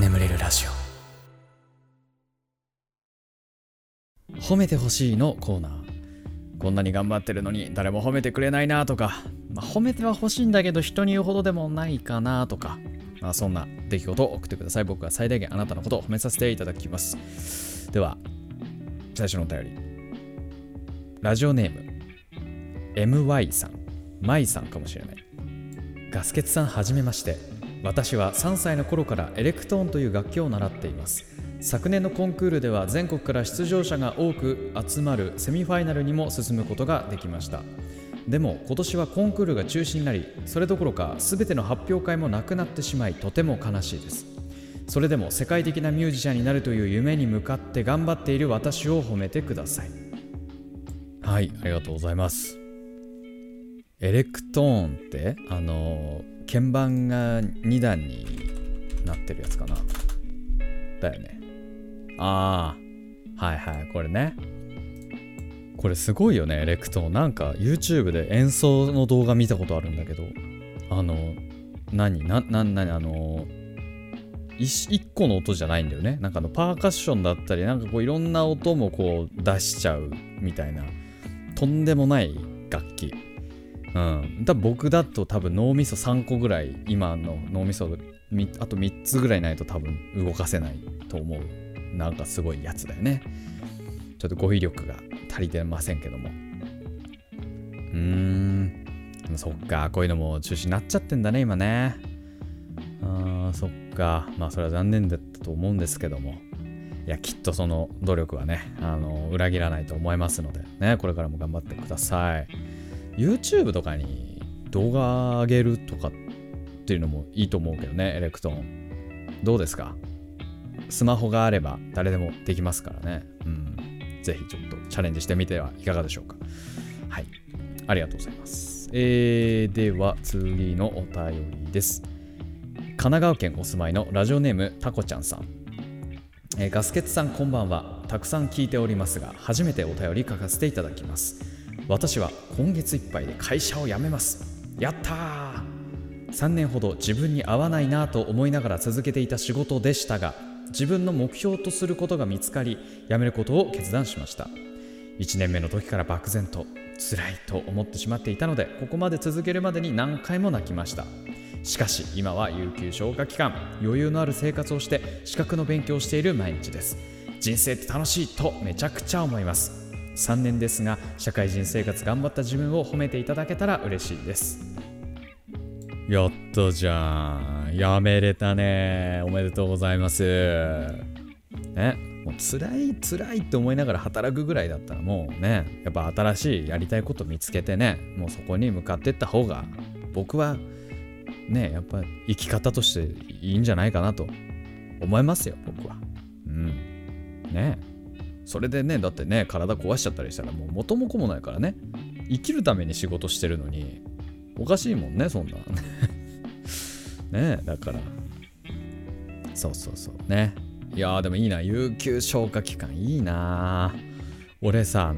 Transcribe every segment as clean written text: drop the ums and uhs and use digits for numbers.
眠れるラジオ。褒めてほしいのコーナー。こんなに頑張ってるのに誰も褒めてくれないなとか、褒めては欲しいんだけど人に言うほどでもないかなとか、そんな出来事を送ってください。僕は最大限あなたのことを褒めさせていただきます。では最初のお便り、ラジオネーム MY さん、マイさんかもしれない。ガスケツさん、はじめまして。私は3歳の頃からエレクトーンという楽器を習っています。昨年のコンクールでは全国から出場者が多く集まるセミファイナルにも進むことができました。でも今年はコンクールが中止になり、それどころか全ての発表会もなくなってしまい、とても悲しいです。それでも世界的なミュージシャンになるという夢に向かって頑張っている私を褒めてください。はい、ありがとうございます。エレクトーンって鍵盤が2段になってるやつかな。だよね。はいはい、これね。これすごいよね、エレクトーン。なんか YouTube で演奏の動画見たことあるんだけど、一個の音じゃないんだよね。なんかパーカッションだったり、なんかこういろんな音もこう出しちゃうみたいな、とんでもない楽器。多分僕だと脳みそ3個ぐらい、今の脳みそあと3つぐらいないと多分動かせないと思う。なんかすごいやつだよね。ちょっと語彙力が足りてませんけども。そっか、こういうのも中止になっちゃってんだね今ね。そっか、それは残念だったと思うんですけども、いやきっとその努力はね裏切らないと思いますのでね、これからも頑張ってください。YouTube とかに動画上げるとかっていうのもいいと思うけどね。エレクトーンどうですか？スマホがあれば誰でもできますからね。ぜひちょっとチャレンジしてみてはいかがでしょうか。はい、ありがとうございます。では次のお便りです。神奈川県お住まいのラジオネームタコちゃんさん。ガスケツさん、こんばんは。たくさん聞いておりますが、初めてお便り書かせていただきます。私は今月いっぱいで会社を辞めます。やったー。3年ほど自分に合わないなと思いながら続けていた仕事でしたが、自分の目標とすることが見つかり、辞めることを決断しました。1年目の時から漠然と辛いと思ってしまっていたので、ここまで続けるまでに何回も泣きました。しかし今は有給消化期間、余裕のある生活をして資格の勉強をしている毎日です。人生って楽しいとめちゃくちゃ思います。3年ですが、社会人生活頑張った自分を褒めていただけたら嬉しいです。やったじゃん。やめれたね。おめでとうございます。ね、もう辛いって思いながら働くぐらいだったらもうね、やっぱ新しいやりたいこと見つけてね、もうそこに向かっていった方が僕はね、やっぱ生き方としていいんじゃないかなと思いますよ、僕は。ね、それでね、だってね、体壊しちゃったりしたらもう元も子もないからね。生きるために仕事してるのにおかしいもんね、そんなね。だからそうね。いやーでもいいな、有給消化期間いいな。俺さ、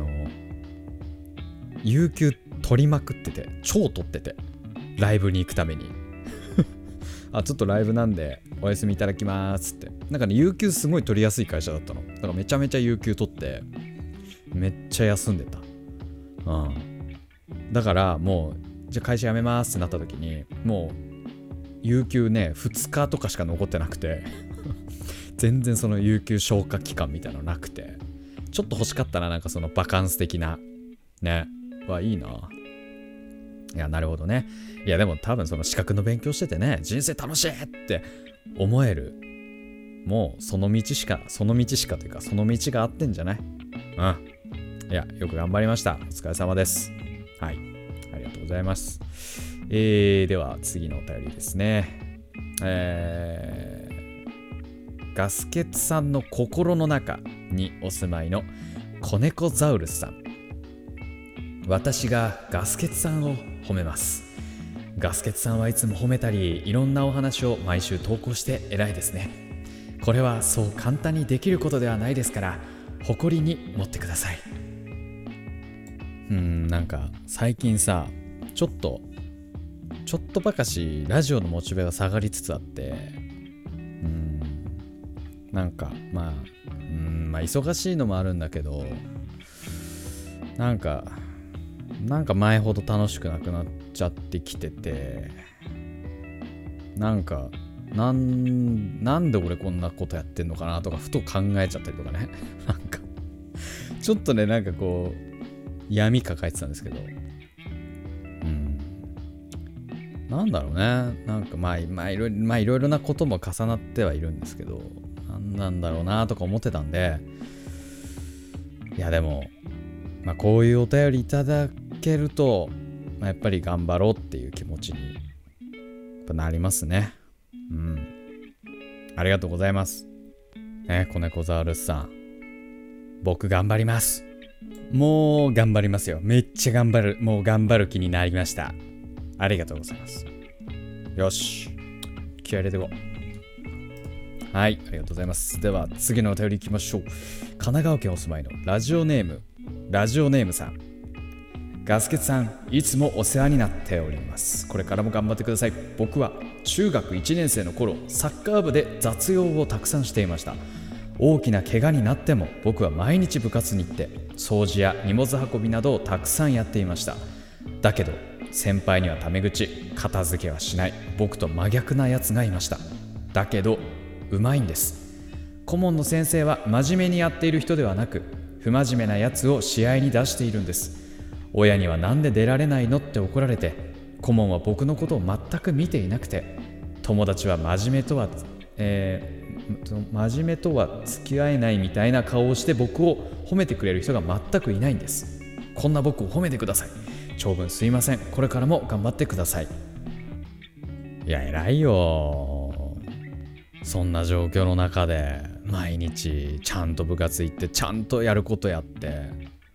有給取りまくってて、超取ってて、ライブに行くためにちょっとライブなんでお休みいただきますって。なんかね、有給すごい取りやすい会社だったの。だからめちゃめちゃ有給取ってめっちゃ休んでた。だからもうじゃあ会社辞めますってなった時に、もう有給ね2日とかしか残ってなくて全然その有給消化期間みたいなのなくて、ちょっと欲しかったな、なんかそのバカンス的なね。いいな。いや、なるほどね。いやでも多分その資格の勉強しててね、人生楽しいって思える、もうその道しかというか、その道があってんじゃない？いや、よく頑張りました。お疲れ様です。はい、ありがとうございます。では次のお便りですね。ガスケツさんの心の中にお住まいのコネコザウルスさん。私がガスケツさんを褒めます。ガスケツさんはいつも褒めたり、いろんなお話を毎週投稿して偉いですね。これはそう簡単にできることではないですから、誇りに持ってください。なんか最近さ、ちょっとばかしラジオのモチベが下がりつつあって、 なんかまあ忙しいのもあるんだけど、なんか前ほど楽しくなくなっちゃってきてて、なんで俺こんなことやってんのかなとかふと考えちゃったりとかねなんかちょっとね、なんかこう闇抱えてたんですけど、なんだろうね、なんかまあいろいろなことも重なってはいるんですけど、なんだろうなとか思ってたんで、いやでもまあこういうお便りいただけると、やっぱり頑張ろうっていう気持ちにやっぱなりますね。ありがとうございますね、子猫ザウルスさん。僕頑張ります。もう頑張りますよ。めっちゃ頑張る。もう頑張る気になりました。ありがとうございます。よし、気合入れていこう。はい、ありがとうございます。では次のお便りいきましょう。神奈川県お住まいのラジオネームさん。ガスケツさん、いつもお世話になっております。これからも頑張ってください。僕は中学1年生の頃、サッカー部で雑用をたくさんしていました。大きな怪我になっても僕は毎日部活に行って掃除や荷物運びなどをたくさんやっていました。だけど先輩にはタメ口、片付けはしない僕と真逆なやつがいました。だけどうまいんです。顧問の先生は真面目にやっている人ではなく、不真面目なやつを試合に出しているんです。親にはなんで出られないのって怒られて、顧問は僕のことを全く見ていなくて、友達は真面目とは付き合えないみたいな顔をして僕を褒めてくれる人が全くいないんです。こんな僕を褒めてください。長文すいません。これからも頑張ってください。いや偉いよ。そんな状況の中で毎日ちゃんと部活行ってちゃんとやることやって、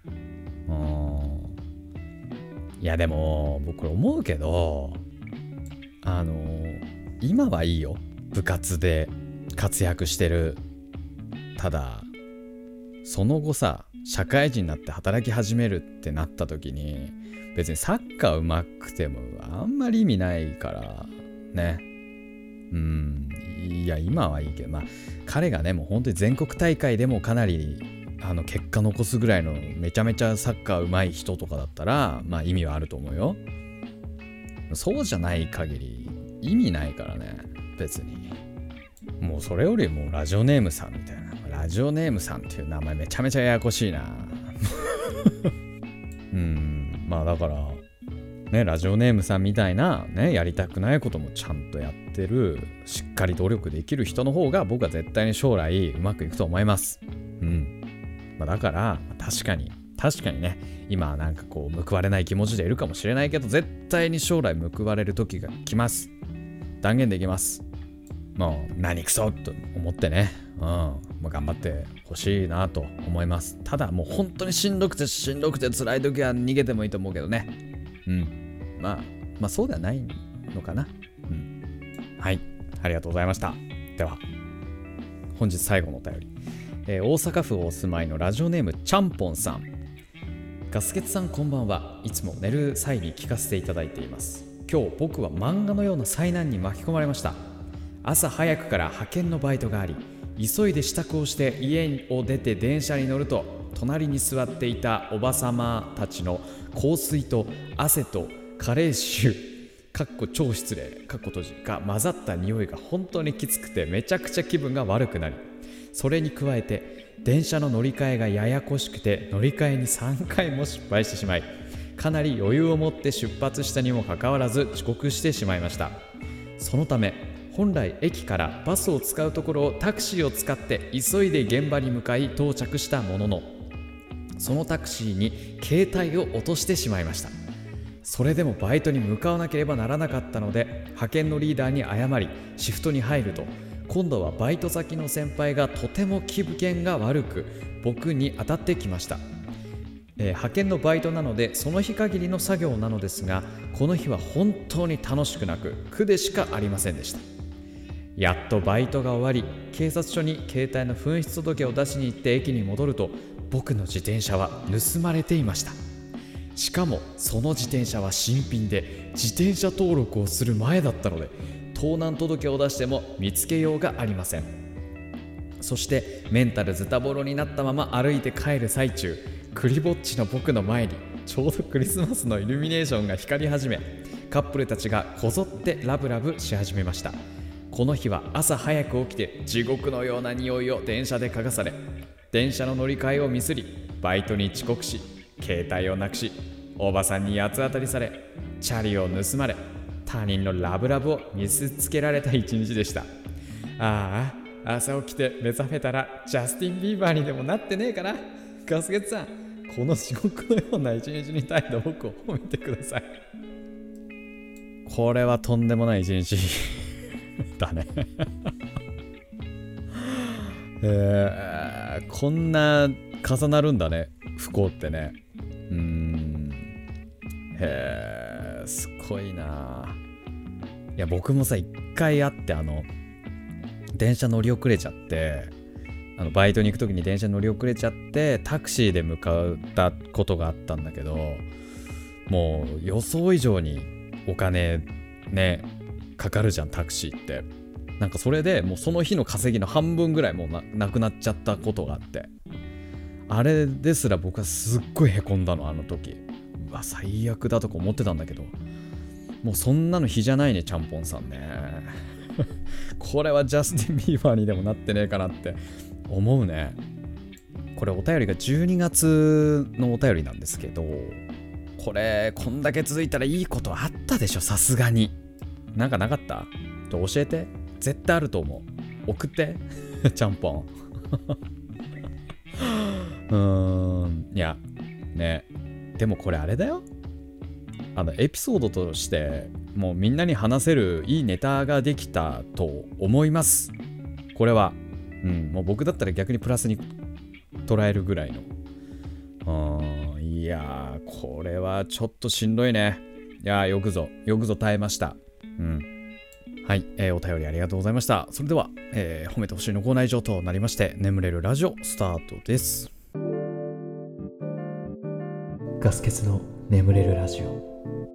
いやでも僕思うけど、今はいいよ、部活で活躍してる。ただその後さ、社会人になって働き始めるってなった時に、別にサッカー上手くてもあんまり意味ないからね。いや今はいいけど、まあ彼がね、もう本当に全国大会でもかなり結果残すぐらいのめちゃめちゃサッカー上手い人とかだったら、まあ意味はあると思うよ。そうじゃない限り意味ないからね、別に。もうそれよりもラジオネームさんみたいな、ラジオネームさんっていう名前めちゃめちゃややこしいなまあだからね、ラジオネームさんみたいなね、やりたくないこともちゃんとやってる、しっかり努力できる人の方が僕は絶対に将来うまくいくと思います。だから確かにね、今はなんかこう報われない気持ちでいるかもしれないけど、絶対に将来報われる時が来ます。断言できます。もう何くそと思ってね、頑張ってほしいなと思います。ただもう本当にしんどくて辛い時は逃げてもいいと思うけどね。まあそうではないのかな。はい、ありがとうございました。では本日最後のお便り、大阪府お住まいのラジオネームちゃんぽんさん。ガスケツさんこんばんは。いつも寝る際に聞かせていただいています。今日僕は漫画のような災難に巻き込まれました。朝早くから派遣のバイトがあり、急いで支度をして家を出て電車に乗ると、隣に座っていたおばさまたちの香水と汗と加齢臭超失礼が混ざった匂いが本当にきつくて、めちゃくちゃ気分が悪くなり、それに加えて電車の乗り換えがややこしくて、乗り換えに3回も失敗してしまい、かなり余裕を持って出発したにもかかわらず遅刻してしまいました。そのため本来駅からバスを使うところをタクシーを使って急いで現場に向かい到着したものの、そのタクシーに携帯を落としてしまいました。それでもバイトに向かわなければならなかったので、派遣のリーダーに謝りシフトに入ると、今度はバイト先の先輩がとても気分が悪く僕に当たってきました。派遣のバイトなのでその日限りの作業なのですが、この日は本当に楽しくなく苦でしかありませんでした。やっとバイトが終わり、警察署に携帯の紛失届を出しに行って駅に戻ると、僕の自転車は盗まれていました。しかもその自転車は新品で自転車登録をする前だったので、盗難届を出しても見つけようがありません。 そしてメンタルズタボロになったまま歩いて帰る最中、クリぼっちの僕の前にちょうどクリスマスのイルミネーションが光り始め、カップルたちがこぞってラブラブし始めました。この日は朝早く起きて地獄のような匂いを電車で嗅がされ、電車の乗り換えをミスり、バイトに遅刻し、携帯をなくし、おばさんに八つ当たりされ、チャリを盗まれ、他人のラブラブを見せつけられた一日でした。ああ、朝起きて目覚めたらジャスティン・ビーバーにでもなってねえかな。ガスケツさん、この地獄のような一日に耐えた僕を褒めてください。これはとんでもない一日だねこんな重なるんだね、不幸ってね。すごいな。いや僕もさ、一回会って電車乗り遅れちゃって、バイトに行く時に電車乗り遅れちゃってタクシーで向かったことがあったんだけど、もう予想以上にお金ねかかるじゃん、タクシーって。なんかそれでもうその日の稼ぎの半分ぐらいもう なくなっちゃったことがあって、あれですら僕はすっごいへこんだの、あの時。うわ最悪だとか思ってたんだけど、もうそんなの比じゃないね、ちゃんぽんさんねこれはジャスティン・ビーバーにでもなってねえかなって思うね。これお便りが12月のお便りなんですけど、これこんだけ続いたらいいことあったでしょ、さすがに。なんかなかった？教えて。絶対あると思う。送ってちゃんぽんいやね、でもこれあれだよ、エピソードとしてもうみんなに話せるいいネタができたと思います。これはもう僕だったら逆にプラスに捉えるぐらいの。いやー、これはちょっとしんどいね。いやー、よくぞ耐えました。はい、お便りありがとうございました。それでは、褒めてほしいのコーナー以上となりまして、眠れるラジオスタートです。ガス欠の眠れるラジオ。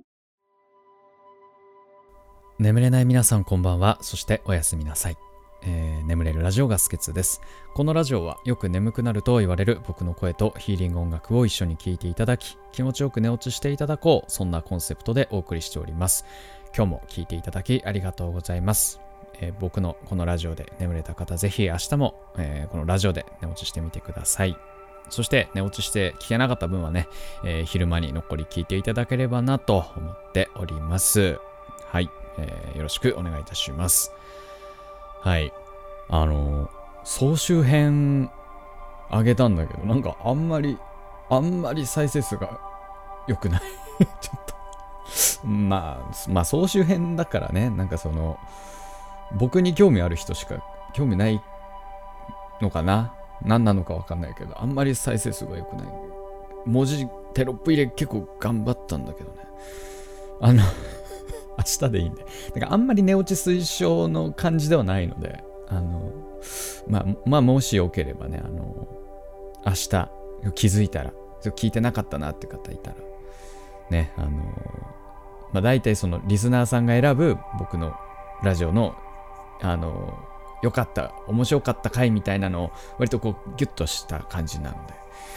眠れない皆さんこんばんは。そしておやすみなさい。眠れるラジオガス欠です。このラジオはよく眠くなると言われる僕の声とヒーリング音楽を一緒に聴いていただき、気持ちよく寝落ちしていただこう、そんなコンセプトでお送りしております。今日も聞いていただきありがとうございます。僕のこのラジオで眠れた方、ぜひ明日も、このラジオで寝落ちしてみてください。そして寝落ちして聞けなかった分はね、昼間に残り聞いていただければなと思っております。はい、よろしくお願いいたします。はい、総集編あげたんだけど、なんかあんまり再生数が良くないちょっとまあ総集編だからね、なんかその僕に興味ある人しか興味ないのかな、何なのか分かんないけど、あんまり再生数が良くない。文字テロップ入れ結構頑張ったんだけどね、明日でいいんで、だからあんまり寝落ち推奨の感じではないので、まあもしよければね、明日気づいたら聞いてなかったなって方いたらね、大体そのリスナーさんが選ぶ僕のラジオの良かった面白かった回みたいなのを割とこうギュッとした感じなの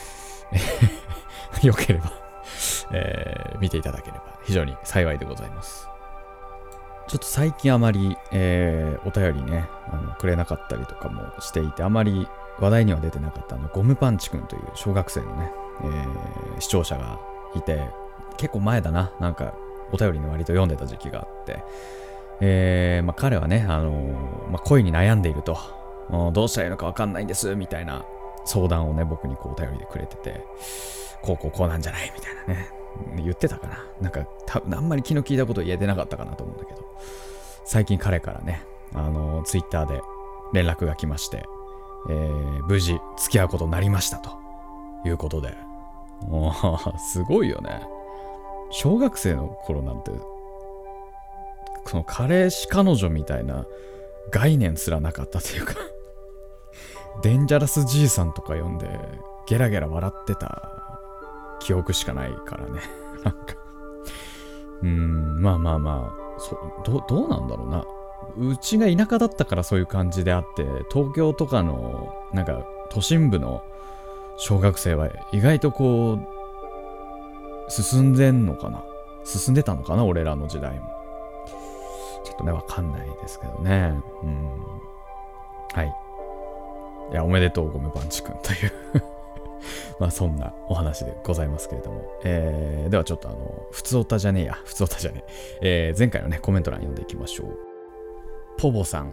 でよければ、見ていただければ非常に幸いでございます。ちょっと最近あまり、お便りねくれなかったりとかもしていて、あまり話題には出てなかったゴムパンチくんという小学生のね、視聴者がいて、結構前だな、なんかお便りの割と読んでた時期があって、彼はね、恋に悩んでいると、どうしたらいいのか分かんないんですみたいな相談をね僕にこうお便りでくれてて、こうなんじゃないみたいなね言ってたかな。なんか多分あんまり気の利いたこと言えてなかったかなと思うんだけど、最近彼からねツイッターで連絡が来まして、無事付き合うことになりましたということで、すごいよね。小学生の頃なんてその彼氏彼女みたいな概念すらなかったというかデンジャラスじいさんとか呼んでゲラゲラ笑ってた記憶しかないからねなんかまあどうなんだろうな。 うちが田舎だったからそういう感じであって、東京とかのなんか都心部の小学生は意外とこう進んでたのかな、俺らの時代も。ちょっとね、わかんないですけどね。はい。いや、おめでとうごめパンチくんというまあそんなお話でございますけれども、ではちょっと普通オタじゃねえ、前回のねコメント欄読んでいきましょう。ポボさん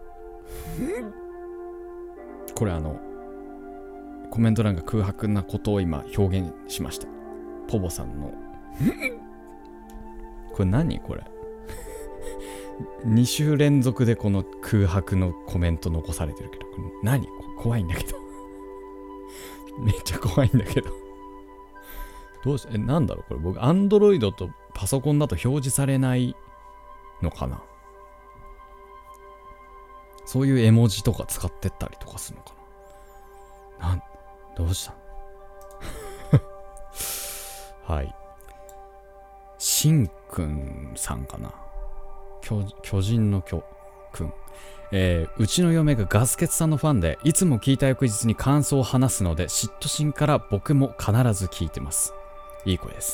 これコメント欄が空白なことを今表現しました。ポボさんのこれ何これ2週連続でこの空白のコメント残されてるけど、これ何怖いんだけどめっちゃ怖いんだけどどうしてなんだろうこれ、僕アンドロイドとパソコンだと表示されないのかな。そういう絵文字とか使ってったりとかするのかな。どうしたはいしんくんさんかな。巨人の巨くん、うちの嫁がガスケツさんのファンでいつも聞いた翌日に感想を話すので、嫉妬心から僕も必ず聞いてます。いい声です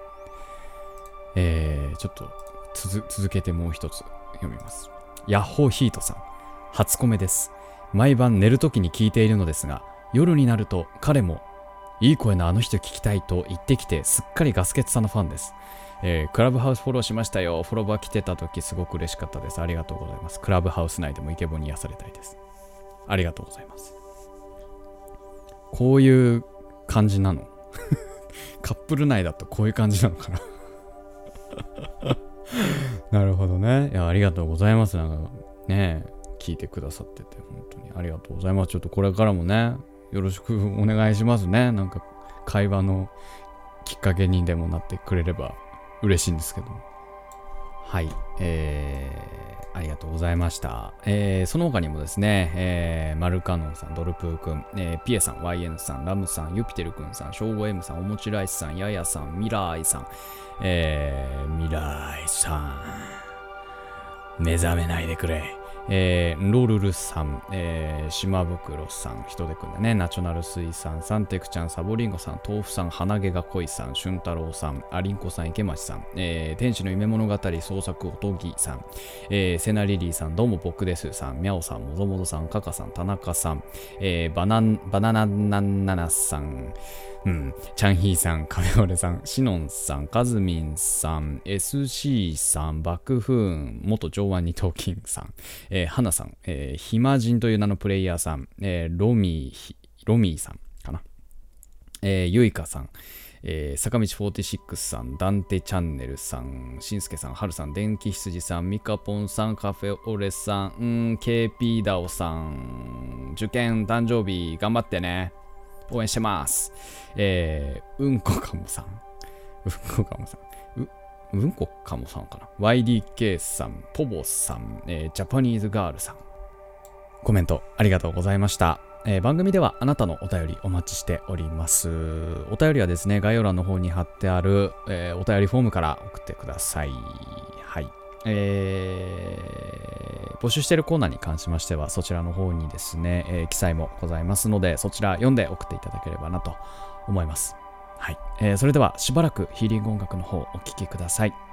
ね。ちょっと続けてもう一つ読みます。ヤッホーヒートさん、初コメです。毎晩寝るときに聞いているのですが、夜になると彼もいい声のあの人聞きたいと言ってきて、すっかりガスケツさんのファンです。クラブハウスフォローしましたよ。フォロバー来てた時すごく嬉しかったです。ありがとうございます。クラブハウス内でもイケボに癒されたいです。ありがとうございます。こういう感じなのカップル内だとこういう感じなのかななるほどね。いや、ありがとうございます。なんかね、聞いてくださってて本当にありがとうございます。ちょっとこれからもね、よろしくお願いしますね。なんか会話のきっかけにでもなってくれれば嬉しいんですけど。はい、ありがとうございました。その他にもですね、マルカノンさん、ドルプーくん、ピエさん、YN さん、ラムさん、ユピテルくんさん、ショーゴ M さん、おもちライスさん、ヤヤさん、ミライさん、ミライさん、目覚めないでくれ。ロルルさん、島袋さん、人でくんだね、ナチョナル水産さん、テクちゃん、サボリンゴさん、豆腐さん、鼻毛が濃いさん、俊太郎さん、アリンコさん、池町さん、天使の夢物語創作おとぎさん、セナリリーさん、どうも僕ですさん、ミャオさん、もぞもぞさん、カカさん、田中さん、バナナナナナさん、チャンヒーさん、カフェオレさん、シノンさん、カズミンさん、SC さん、バクフーン、元上腕二頭筋さん、ハナさん、ヒマジンという名のプレイヤーさん、ロミーさんかな、ユイカさん、坂道46さん、ダンテチャンネルさん、しんすけさん、はるさん、電気羊さん、ミカポンさん、カフェオレさん、KP ダオさん、受験誕生日頑張ってね。応援してます。うんこかもさん。うんこかもさんかな。YDK さん、ポボさん、ジャパニーズガールさん。コメントありがとうございました。番組ではあなたのお便りお待ちしております。お便りはですね、概要欄の方に貼ってある、お便りフォームから送ってください。はい。募集しているコーナーに関しましてはそちらの方にですね、記載もございますので、そちら読んで送っていただければなと思います。はい。それではしばらくヒーリング音楽の方お聴きください。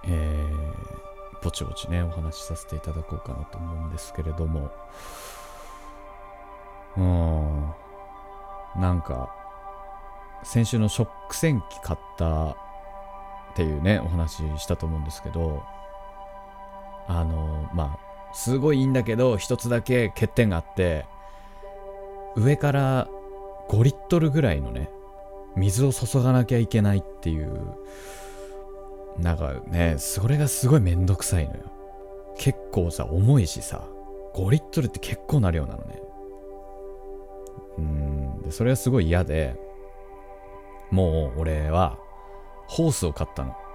ぼちぼちねお話しさせていただこうかなと思うんですけれども、なんか先週の食洗機買ったっていうねお話したと思うんですけど、まあすごいいいんだけど一つだけ欠点があって、上から5リットルぐらいのね水を注がなきゃいけないっていう、なんかねそれがすごいめんどくさいのよ。結構さ重いしさ、5リットルって結構な量なのね。でそれはすごい嫌で、もう俺はホースを買ったの。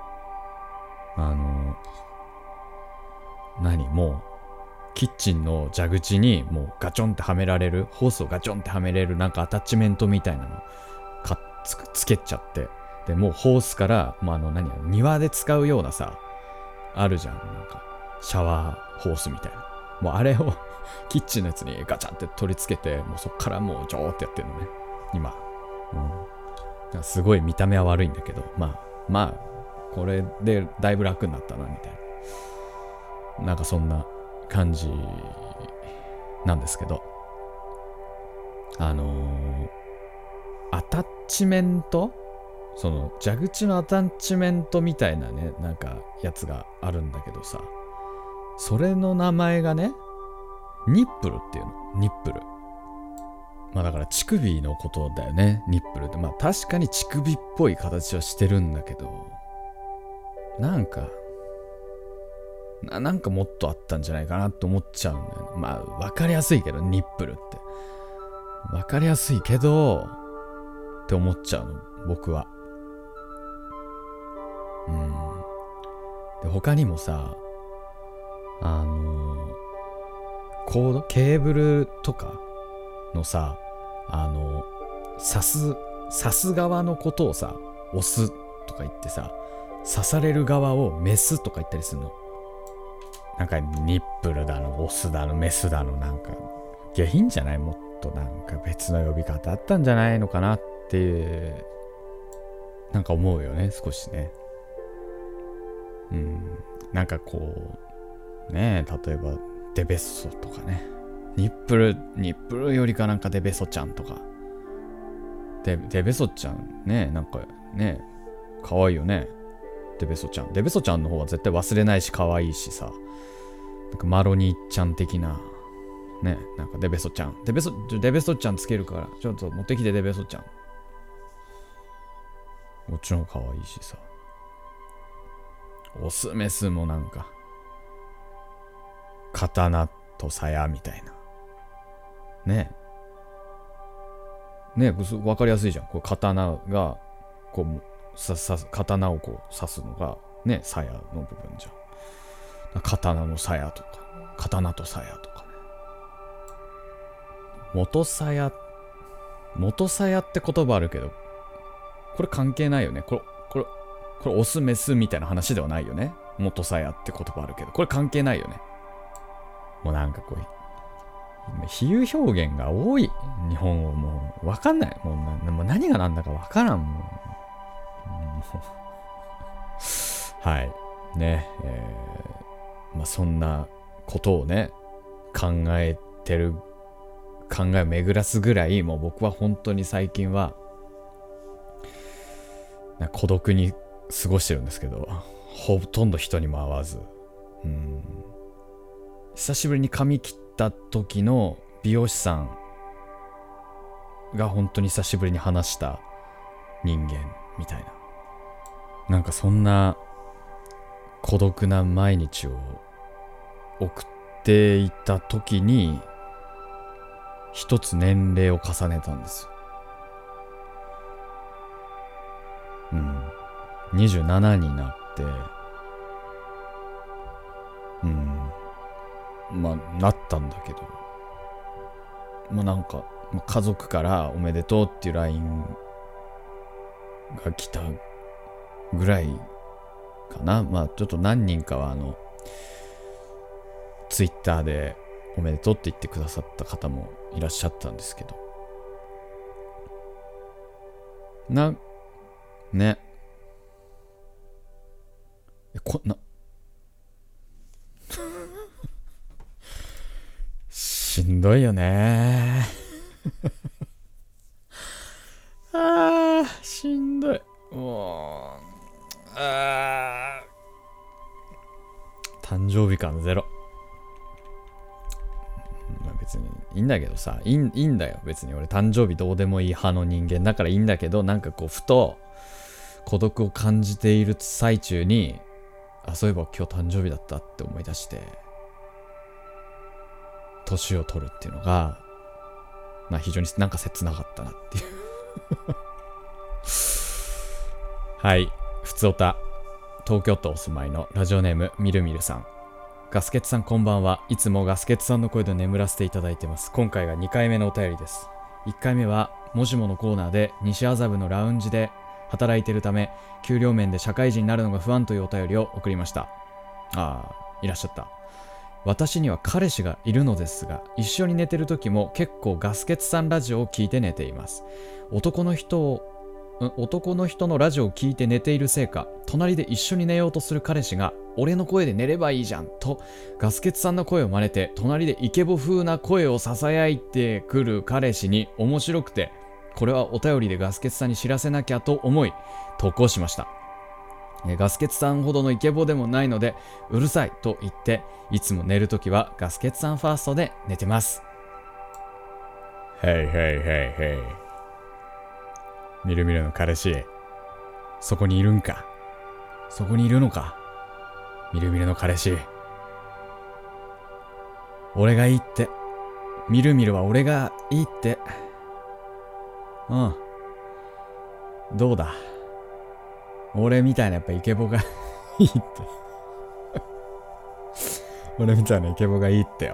もうキッチンの蛇口にもうガチョンってはめられる、ホースをガチョンってはめれるなんかアタッチメントみたいなのつけちゃって、でもうホースから、庭で使うようなさあるじゃん、なんかシャワーホースみたいな、もうあれをキッチンのやつにガチャンって取り付けて、もうそっからもうジョーってやってるのね今。すごい見た目は悪いんだけど、まあこれでだいぶ楽になったなみたいな、なんかそんな感じなんですけど、アタッチメント、その蛇口のアタッチメントみたいなねなんかやつがあるんだけどさ、それの名前がねニップルっていうの。ニップル、まあだから乳首のことだよね、ニップルって。まあ確かに乳首っぽい形はしてるんだけど、なんかもっとあったんじゃないかなと思っちゃうんだよね。まあ分かりやすいけど、ニップルって分かりやすいけどって思っちゃうの僕は。で他にもさ、ケーブルとかのさ、刺す側のことをさオスとか言ってさ、刺される側をメスとか言ったりするの。なんかニップルだのオスだのメスだの、なんか下品じゃない？もっとなんか別の呼び方あったんじゃないのかなっていうなんか思うよね、少しね。なんかこうね、例えばデベッソとかね、ニップルよりかなんかデベソちゃんとか、デベソちゃんね、なんかね可愛いよね。デベソちゃんの方は絶対忘れないし可愛いしさ、なんかマロニーちゃん的なね、なんかデベソちゃんちゃんつけるからちょっと持ってきてデベソちゃん、こっちの方可愛いしさ、オスメスもなんか刀と鞘みたいなね分かりやすいじゃん。こう刀がこう刀をこう刺すのがね鞘の部分じゃん。刀の鞘とか刀と鞘とかね、元鞘って言葉あるけど、これ関係ないよね。これオスメスみたいな話ではないよね。元鞘って言葉あるけどこれ関係ないよね。もうなんかこう比喩表現が多い日本語、もう分かんない。もう何が何だか分からん。もうはいね、まあそんなことをね考えを巡らすぐらい、もう僕は本当に最近は孤独に過ごしてるんですけど、ほとんど人にも会わず、久しぶりに髪切った時の美容師さんが本当に久しぶりに話した人間みたいな、なんかそんな孤独な毎日を送っていた時に一つ年齢を重ねたんですよ。27になってまあなったんだけど、まあなんか家族からおめでとうっていう LINE が来たぐらいかな。まあちょっと何人かはTwitter でおめでとうって言ってくださった方もいらっしゃったんですけど、ねしんどいよね。しんどい。もう、誕生日感ゼロ。まあ別にいいんだけどさ、いいんだよ。別に俺誕生日どうでもいい派の人間だからいいんだけど、なんかこう、ふと孤独を感じている最中に、そういえば今日誕生日だったって思い出して、年を取るっていうのが、まあ非常になんか切なかったなっていう。はい、ふつおた、東京都お住まいのラジオネームみるみるさん。ガスケツさんこんばんは。いつもガスケツさんの声で眠らせていただいてます。今回が2回目のお便りです。1回目はもしものコーナーで西麻布のラウンジで働いているため、給料面で社会人になるのが不安というお便りを送りました。いらっしゃった。私には彼氏がいるのですが、一緒に寝てる時も結構ガスケツさんラジオを聞いて寝ています。男の人のラジオを聞いて寝ているせいか、隣で一緒に寝ようとする彼氏が、俺の声で寝ればいいじゃんとガスケツさんの声を真似て、隣でイケボ風な声をささやいてくる彼氏に面白くて、これはお便りでガスケツさんに知らせなきゃと思い投稿しました。ガスケツさんほどのイケボでもないのでうるさいと言って、いつも寝るときはガスケツさんファーストで寝てます。へいへいへいへい、みるみるの彼氏、そこにいるんか。そこにいるのか、みるみるの彼氏。俺がいいって、みるみるは俺がいいって。どうだ、俺みたいなやっぱイケボがいいって俺みたいなイケボがいいってよ。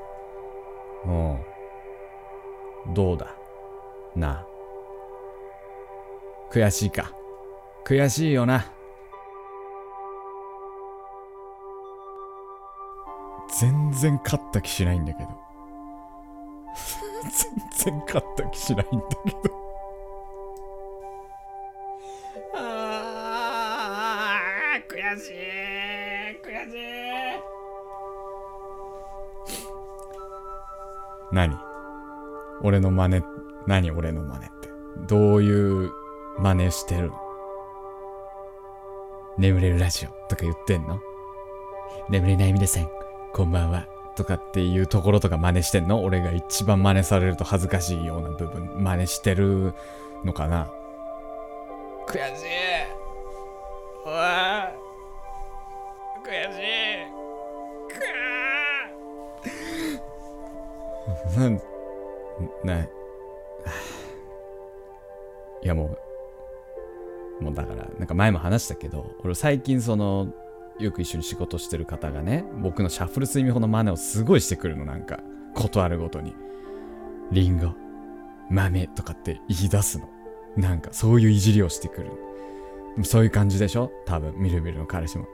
どうだなあ。悔しいか。悔しいよな。全然勝った気しないんだけど全然勝った気しないんだけど悔しい。何俺の真似ってどういう真似してるの？眠れるラジオとか言ってんの？眠れない皆さんこんばんはとかっていうところとか真似してんの？俺が一番真似されると恥ずかしいような部分真似してるのかな？悔しい。うわー悔しい。いやもうだからなんか前も話したけど、俺最近よく一緒に仕事してる方がね、僕のシャッフル睡眠法の真似をすごいしてくるの。なんかことあるごとにリンゴ豆とかって言い出すの。なんかそういういじりをしてくる。そういう感じでしょ多分みるみるの彼氏も。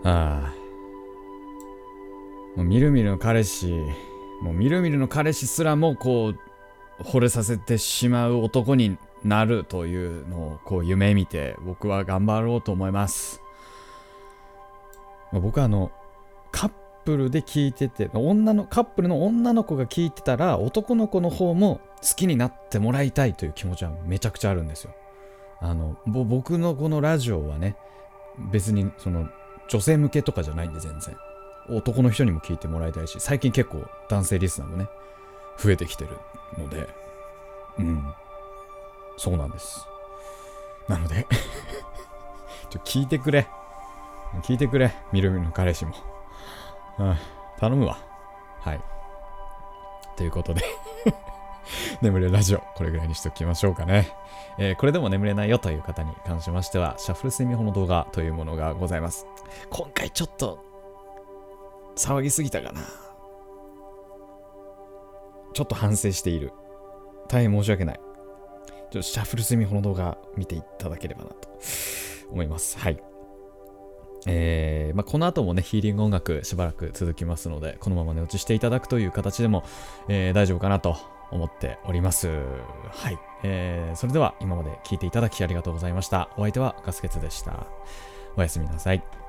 もうみるみるの彼氏すらもこう惚れさせてしまう男になるというのをこう夢見て僕は頑張ろうと思います。僕はカップルで聞いててカップルの女の子が聞いてたら男の子の方も好きになってもらいたいという気持ちはめちゃくちゃあるんですよ。僕のこのラジオはね、別に女性向けとかじゃないんで、全然男の人にも聞いてもらいたいし、最近結構男性リスナーもね増えてきてるので、そうなんです。なので聞いてくれみるみるの彼氏も、頼むわ。はい、ということで眠れるラジオこれぐらいにしておきましょうかね。これでも眠れないよという方に関しましてはシャッフル睡眠法の動画というものがございます。今回ちょっと騒ぎすぎたかな。ちょっと反省している。大変申し訳ない。シャッフル睡眠法の動画見ていただければなと思います。はい。この後もねヒーリング音楽しばらく続きますので、このまま寝落ちしていただくという形でも、大丈夫かなと思っております。はい、それでは今まで聞いていただきありがとうございました。お相手はガスケツでした。おやすみなさい。